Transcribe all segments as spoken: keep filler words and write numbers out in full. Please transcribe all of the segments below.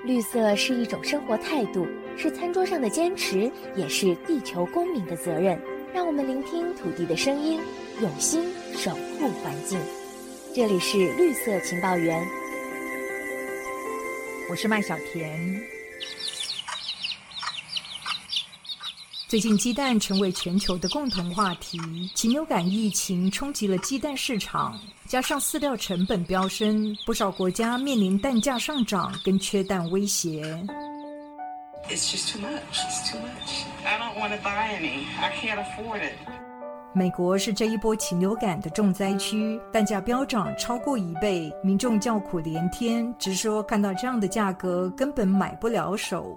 绿色是一种生活态度，是餐桌上的坚持，也是地球公民的责任。让我们聆听土地的声音，用心守护环境。这里是绿色情报员， 我是麦小甜。最近鸡蛋成为全球的共同话题，禽流感疫情冲击了鸡蛋市场，加上饲料成本飙升，不少国家面临蛋价上涨跟缺蛋威胁。 It's just too much. It's too much. I don't want to buy any. I can't afford it. 美国是这一波禽流感的重灾区，蛋价飙涨超过一倍，民眾叫苦連天，直說看到這樣的價格根本買不了手。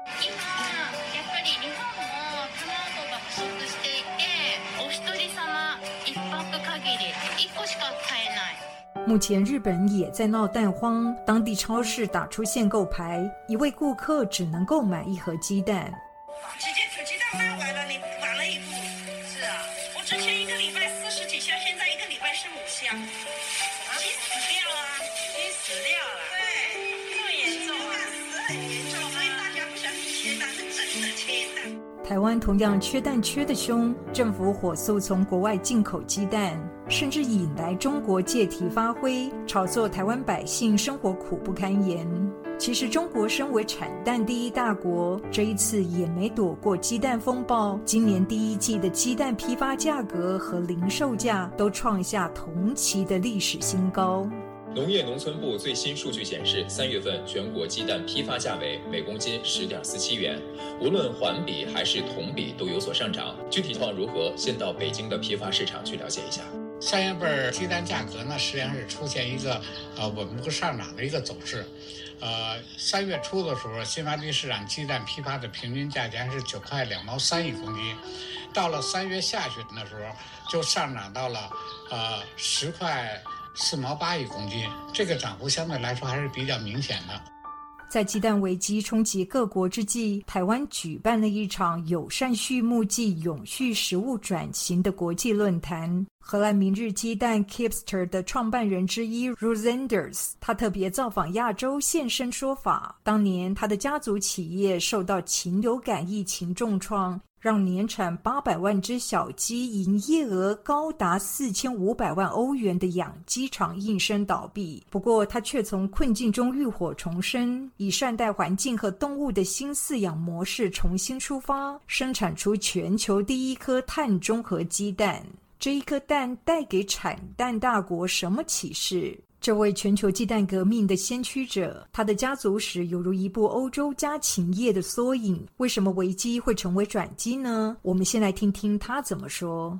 目前日本也在闹蛋荒，当地超市打出限购牌，一位顾客只能购买一盒鸡蛋。 直接煮鸡蛋卖完了，你晚了一步。是啊，我之前一个礼拜四十几箱，现在一个礼拜是五箱，急死掉啊，急死掉了。对，这么严重啊，死很严重，所以大家不相信缺蛋，是真的缺蛋。 台湾同样缺蛋缺得凶，政府火速从国外进口鸡蛋，甚至引来中国借题发挥，炒作台湾百姓生活苦不堪言。其实中国身为产蛋第一大国，这一次也没躲过鸡蛋风暴。今年第一季的鸡蛋批发价格和零售价都创下同期的历史新高。 农业农村部最新数据显示，三月份全国鸡蛋批发价为每公斤十点四七元，无论环比还是同比都有所上涨。具体情况如何，先到北京的批发市场去了解一下。 三月份鸡蛋价格呢，实际上是出现一个呃稳步上涨的一个走势。呃，三月初的时候，新发地市场鸡蛋批发的平均价钱是九块两毛三一公斤，到了三月下旬的时候，就上涨到了呃十块四毛八一公斤，这个涨幅相对来说还是比较明显的。 在鸡蛋危机冲击各国之际，台湾举办了一场友善畜牧暨永续食物转型的国际论坛。荷兰明日鸡蛋 Kipster 的创办人之一 Rosenders， 他特别造访亚洲现身说法。当年他的家族企业受到禽流感疫情重创，让年产八百万只小鸡、营业额高达四千五百万欧元的养鸡场应声倒闭。不过他却从困境中浴火重生，以善待环境和动物的新饲养模式重新出发，生产出全球第一颗碳中和鸡蛋。这一颗蛋带给产蛋大国什么启示？这位全球鸡蛋革命的先驱者，他的家族史犹如一部欧洲家禽业的缩影。为什么危机会成为转机呢？我们先来听听他怎么说。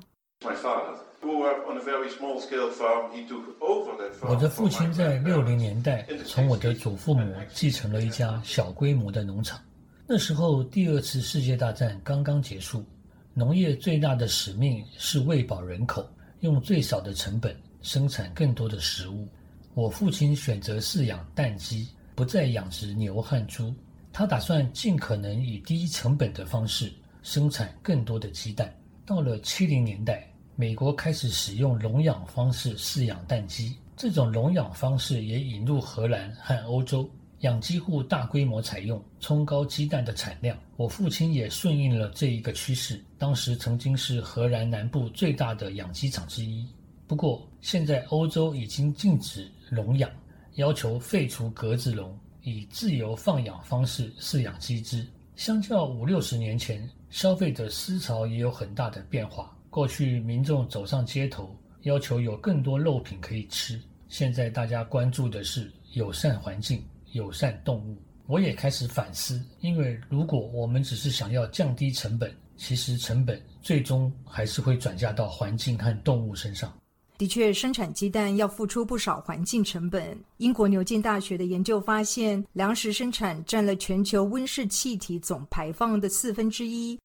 我的父亲在六零年代从我的祖父母继承了一家小规模的农场。那时候第二次世界大战刚刚结束，农业最大的使命是喂饱人口，用最少的成本生产更多的食物。我父亲选择饲养蛋鸡，不再养殖牛和猪。他打算尽可能以低成本的方式生产更多的鸡蛋。到了七零年代，美国开始使用笼养方式饲养蛋鸡，这种笼养方式也引入荷兰和欧洲，养鸡户大规模采用，冲高鸡蛋的产量。我父亲也顺应了这一个趋势，当时曾经是荷兰南部最大的养鸡场之一。不过现在欧洲已经禁止笼养，要求废除格子笼，以自由放养方式饲养鸡只。相较五六十年前，消费者思潮也有很大的变化。过去民众走上街头，要求有更多肉品可以吃，现在大家关注的是友善环境、友善动物。我也开始反思，因为如果我们只是想要降低成本，其实成本最终还是会转嫁到环境和动物身上。 的确，生产鸡蛋要付出不少环境成本。英国牛津大学的研究发现，粮食生产占了全球温室气体总排放的四分之一，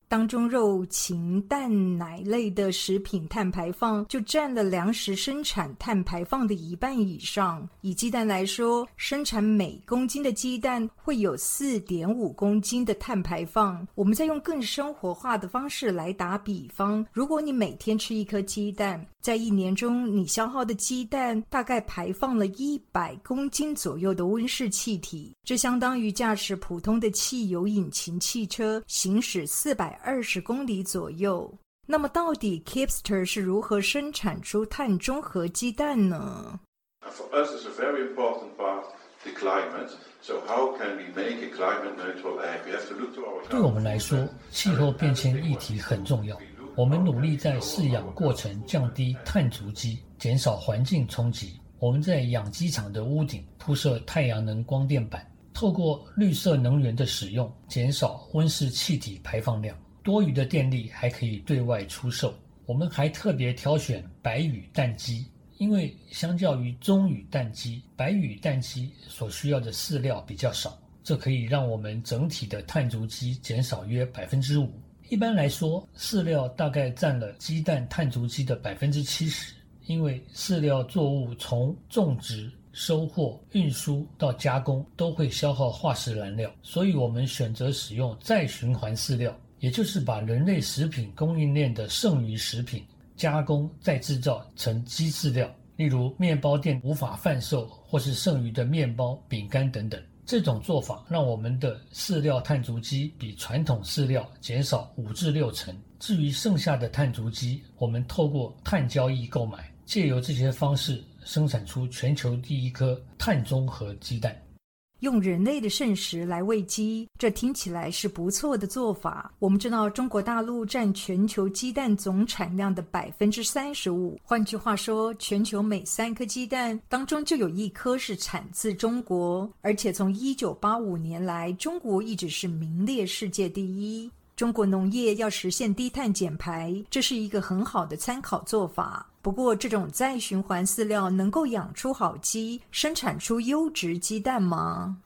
当中肉、禽、蛋、奶类的食品碳排放就占了粮食生产碳排放的一半以上。以鸡蛋来说，生产每公斤的鸡蛋会有 四点五公斤的碳排放。我们再用更生活化的方式来打比方，如果你每天吃一颗鸡蛋，在一年中你消耗的鸡蛋大概排放了一百公斤左右的温室气体，这相当于驾驶普通的汽油引擎汽车行驶四百二十公里左右。那么到底 Kipster 是如何生产出碳中和鸡蛋呢？ For us it's a very important part, the climate. So how can we make a climate neutral egg? We have to look to our... 对我们来说，气候变迁议题很重要。我们努力在饲养过程降低碳足迹，减少环境冲击。我们在养鸡场的屋顶铺设太阳能光电板，透过绿色能源的使用，减少温室气体排放量。多余的电力还可以对外出售。我们还特别挑选白羽蛋鸡，因为相较于棕羽蛋鸡，白羽蛋鸡所需要的饲料比较少，这可以让我们整体的碳足迹减少约 百分之五。 一般来说，饲料大概占了鸡蛋碳足迹的 百分之七十， 因为饲料作物从种植、收获、运输到加工都会消耗化石燃料，所以我们选择使用再循环饲料，也就是把人类食品供应链的剩余食品加工再制造成鸡饲料，例如面包店无法贩售或是剩余的面包、饼干等等。这种做法让我们的饲料碳足迹比传统饲料减少五至六成。至于剩下的碳足迹，我们透过碳交易购买，借由这些方式生产出全球第一颗碳中和鸡蛋。 用人类的剩食来喂鸡，这听起来是不错的做法。我们知道中国大陆占全球鸡蛋总产量的 百分之三十五， 换句话说，全球每三颗鸡蛋当中就有一颗是产自中国，而且从一九八五年来，中国一直是名列世界第一。中国农业要实现低碳减排，这是一个很好的参考做法。不过这种再循环饲料能够养出好鸡，生产出优质鸡蛋吗？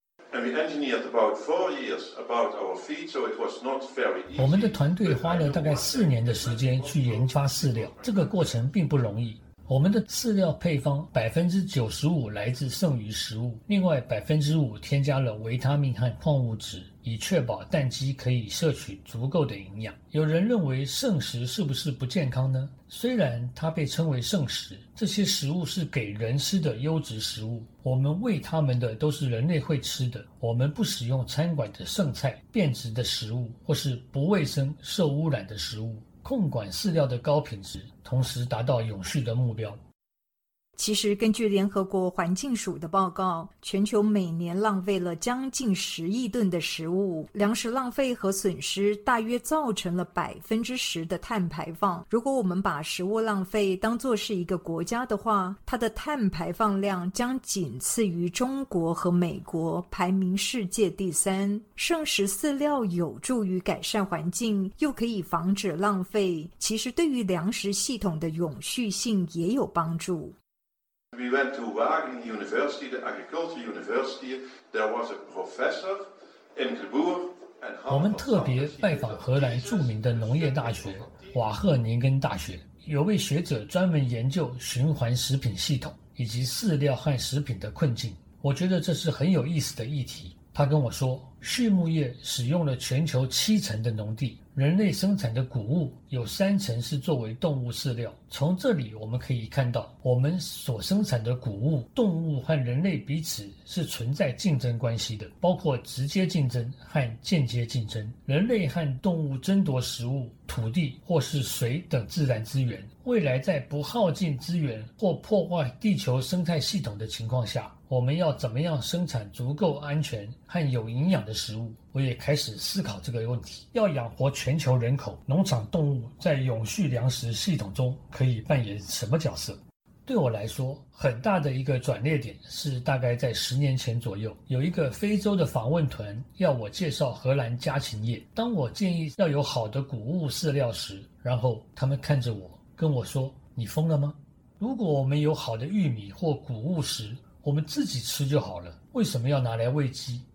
我们的团队花了大概四年的时间去研发饲料，这个过程并不容易。我们的饲料配方 百分之九十五 来自剩余食物，另外 百分之五 添加了维他命和矿物质，以确保蛋鸡可以摄取足够的营养。有人认为剩食是不是不健康呢？虽然它被称为剩食，这些食物是给人吃的优质食物，我们喂它们的都是人类会吃的，我们不使用餐馆的剩菜、变质的食物或是不卫生、受污染的食物，控管饲料的高品质，同时达到永续的目标。 其实根据联合国环境署的报告，全球每年浪费了将近十亿吨的食物，粮食浪费和损失大约造成了 百分之十 的碳排放。如果我们把食物浪费当作是一个国家的话，它的碳排放量将仅次于中国和美国，排名世界第三。剩食饲料有助于改善环境，又可以防止浪费，其实对于粮食系统的永续性也有帮助。 We went to Wageningen University, the agriculture university. There was a professor in de Boer. 我们特别拜访荷兰著名的农业大学瓦赫宁根大学，有位学者专门研究循环食品系统以及饲料和食品的困境。我觉得这是很有意思的议题。他跟我说，畜牧业使用了全球七成的农地，人类生产的谷物有三成是作为动物饲料。从这里我们可以看到，我们所生产的谷物，动物和人类彼此是存在竞争关系的，包括直接竞争和间接竞争。人类和动物争夺食物、土地或是水等自然资源。未来在不耗尽资源或破坏地球生态系统的情况下，我们要怎么样生产足够安全和有营养的食物？我也开始思考这个问题。要养活全球人口，农场动物在永续粮食系统中可以扮演什么角色？对我来说，很大的一个转捩点是大概在十年前左右，有一个非洲的访问团要我介绍荷兰家禽业。当我建议要有好的谷物饲料时，然后他们看着我跟我说，你疯了吗？如果我们有好的玉米或谷物时，我们自己吃就好了，为什么要拿来喂鸡？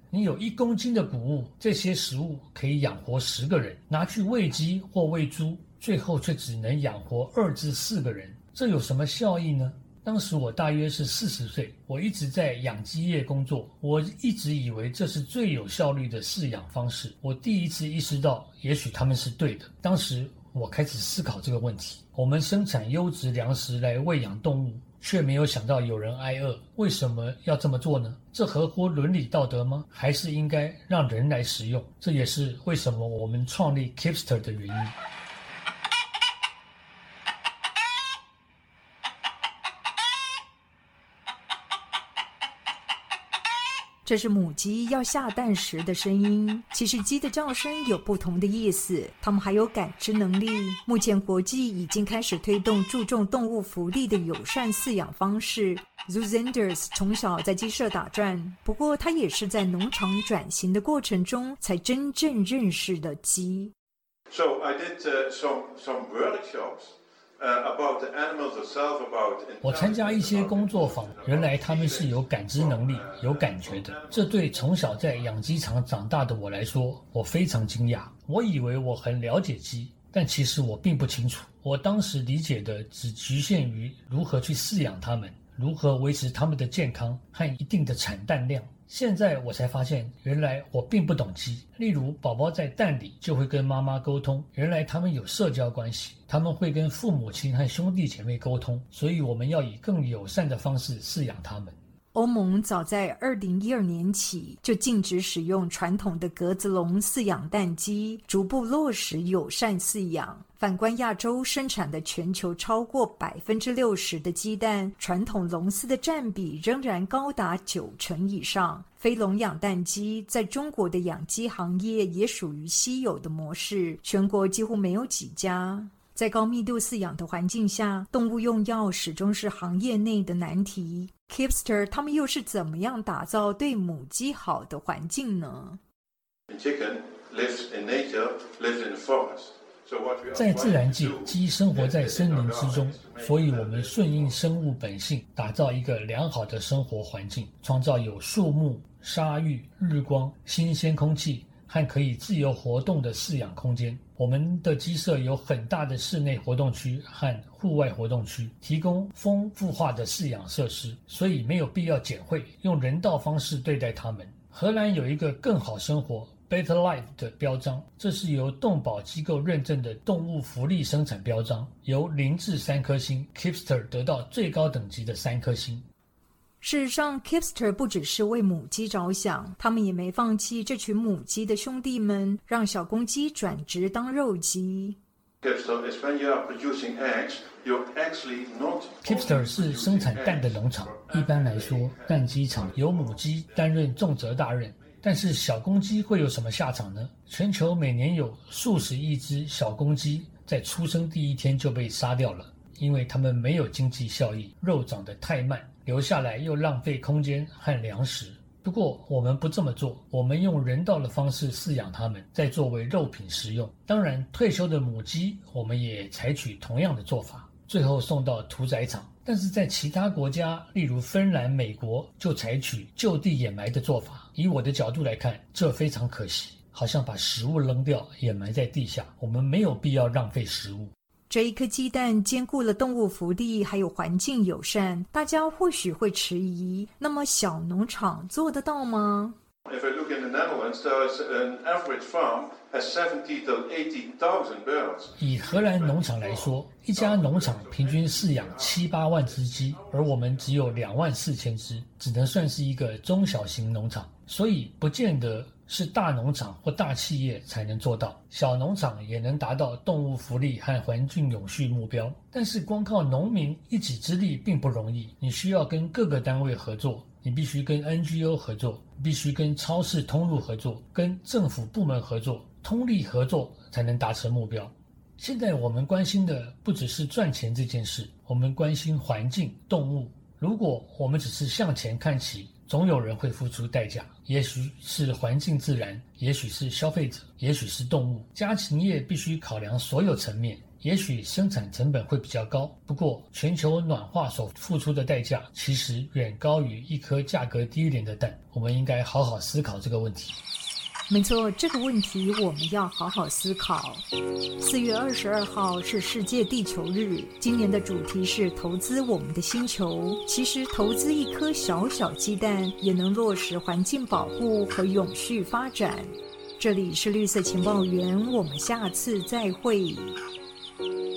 你有一公斤的谷物，这些食物可以养活十个人，拿去喂鸡或喂猪，最后却只能养活二至四个人，这有什么效益呢？当时我大约是四十岁，我一直在养鸡业工作，我一直以为这是最有效率的饲养方式。我第一次意识到，也许他们是对的。当时我开始思考这个问题：我们生产优质粮食来喂养动物，却没有想到有人挨饿，为什么要这么做呢？这合乎伦理道德吗？还是应该让人来食用？这也是为什么我们创立 Kipster 的原因。 这是母鸡要下蛋时的声音。其实鸡的叫声有不同的意思，它们还有感知能力。目前国际已经开始推动注重动物福利的友善饲养方式。Zoo Zenders 从小在鸡舍打转，不过他也是在农场转型的过程中才真正认识了鸡。 So I did uh, some some workshops.Uh, about the animals itself, about 我参加一些工作坊，原来他们是有感知能力、有感觉的。这对从小在养鸡场长大的我来说，我非常惊讶。我以为我很了解鸡，但其实我并不清楚。我当时理解的只局限于如何去饲养它们，如何维持它们的健康和一定的产蛋量。现在我才发现，原来我并不懂鸡。例如，宝宝在蛋里就会跟妈妈沟通，原来他们有社交关系，他们会跟父母亲和兄弟姐妹沟通，所以我们要以更友善的方式饲养他们。 欧盟早在二零一二年起就禁止使用传统的格子笼饲养蛋鸡，逐步落实友善饲养。反观亚洲生产的全球超过百分之六十的鸡蛋，传统笼饲的占比仍然高达九成以上。非笼养蛋鸡在中国的养鸡行业也属于稀有的模式，全国几乎没有几家。在高密度饲养的环境下，动物用药始终是行业内的难题。Kipster 他们又是怎么样打造对母鸡好的环境呢？ Chicken lives in nature, lives in the forest. 在自然界，鸡生活在森林之中，所以我们顺应生物本性，打造一个良好的生活环境，创造有树木、沙域、日光、新鲜空气和可以自由活动的饲养空间。我们的鸡舍有很大的室内活动区和户外活动区，提供丰富化的饲养设施，所以没有必要减惠，用人道方式对待它们。荷兰有一个更好生活 Better Life 的标章，这是由动保机构认证的动物福利生产标章，由零至三颗星 Kipster 得到最高等级的三颗星。 事实上 Kipster 不只是为母鸡着想，他们也没放弃这群母鸡的兄弟们，让小公鸡转职当肉鸡。 Kipster is when you are producing eggs, you're actually not. Kipster 是生产蛋的农场，一般来说，蛋鸡场由母鸡担任重责大任。但是小公鸡会有什么下场呢？全球每年有数十亿只小公鸡在出生第一天就被杀掉了，因为它们没有经济效益，肉长得太慢，留下来又浪费空间和粮食。不过我们不这么做，我们用人道的方式饲养它们，再作为肉品食用。当然，退休的母鸡我们也采取同样的做法，最后送到屠宰场。但是在其他国家，例如芬兰、美国，就采取就地掩埋的做法。以我的角度来看，这非常可惜，好像把食物扔掉，掩埋在地下。我们没有必要浪费食物。 这一颗鸡蛋兼顾了动物福利还有环境友善，大家或许会迟疑，那么小农场做得到吗？ If I look in the Netherlands, there's an average farm has seventy to eighty thousand birds. 以荷兰农场来说，一家农场平均饲养七八万只鸡，而我们只有两万四千只，只能算是一个中小型农场，所以不见得是大农场或大企业才能做到，小农场也能达到动物福利和环境永续目标。但是光靠农民一己之力并不容易，你需要跟各个单位合作，你必须跟 N G O 合作，必须跟超市通路合作，跟政府部门合作，通力合作才能达成目标。现在我们关心的不只是赚钱这件事，我们关心环境、动物。如果我们只是向前看齐，总有人会付出代价，也许是环境自然，也许是消费者，也许是动物。家禽业必须考量所有层面， 也许生产成本会比较高，不过全球暖化所付出的代价其实远高于一颗价格低一点的蛋。我们应该好好思考这个问题。 没错，这个问题我们要好好思考。四月二十二号是世界地球日，今年的主题是投资我们的星球。其实投资一颗小小鸡蛋也能落实环境保护和永续发展。这里是绿色情报员，我们下次再会。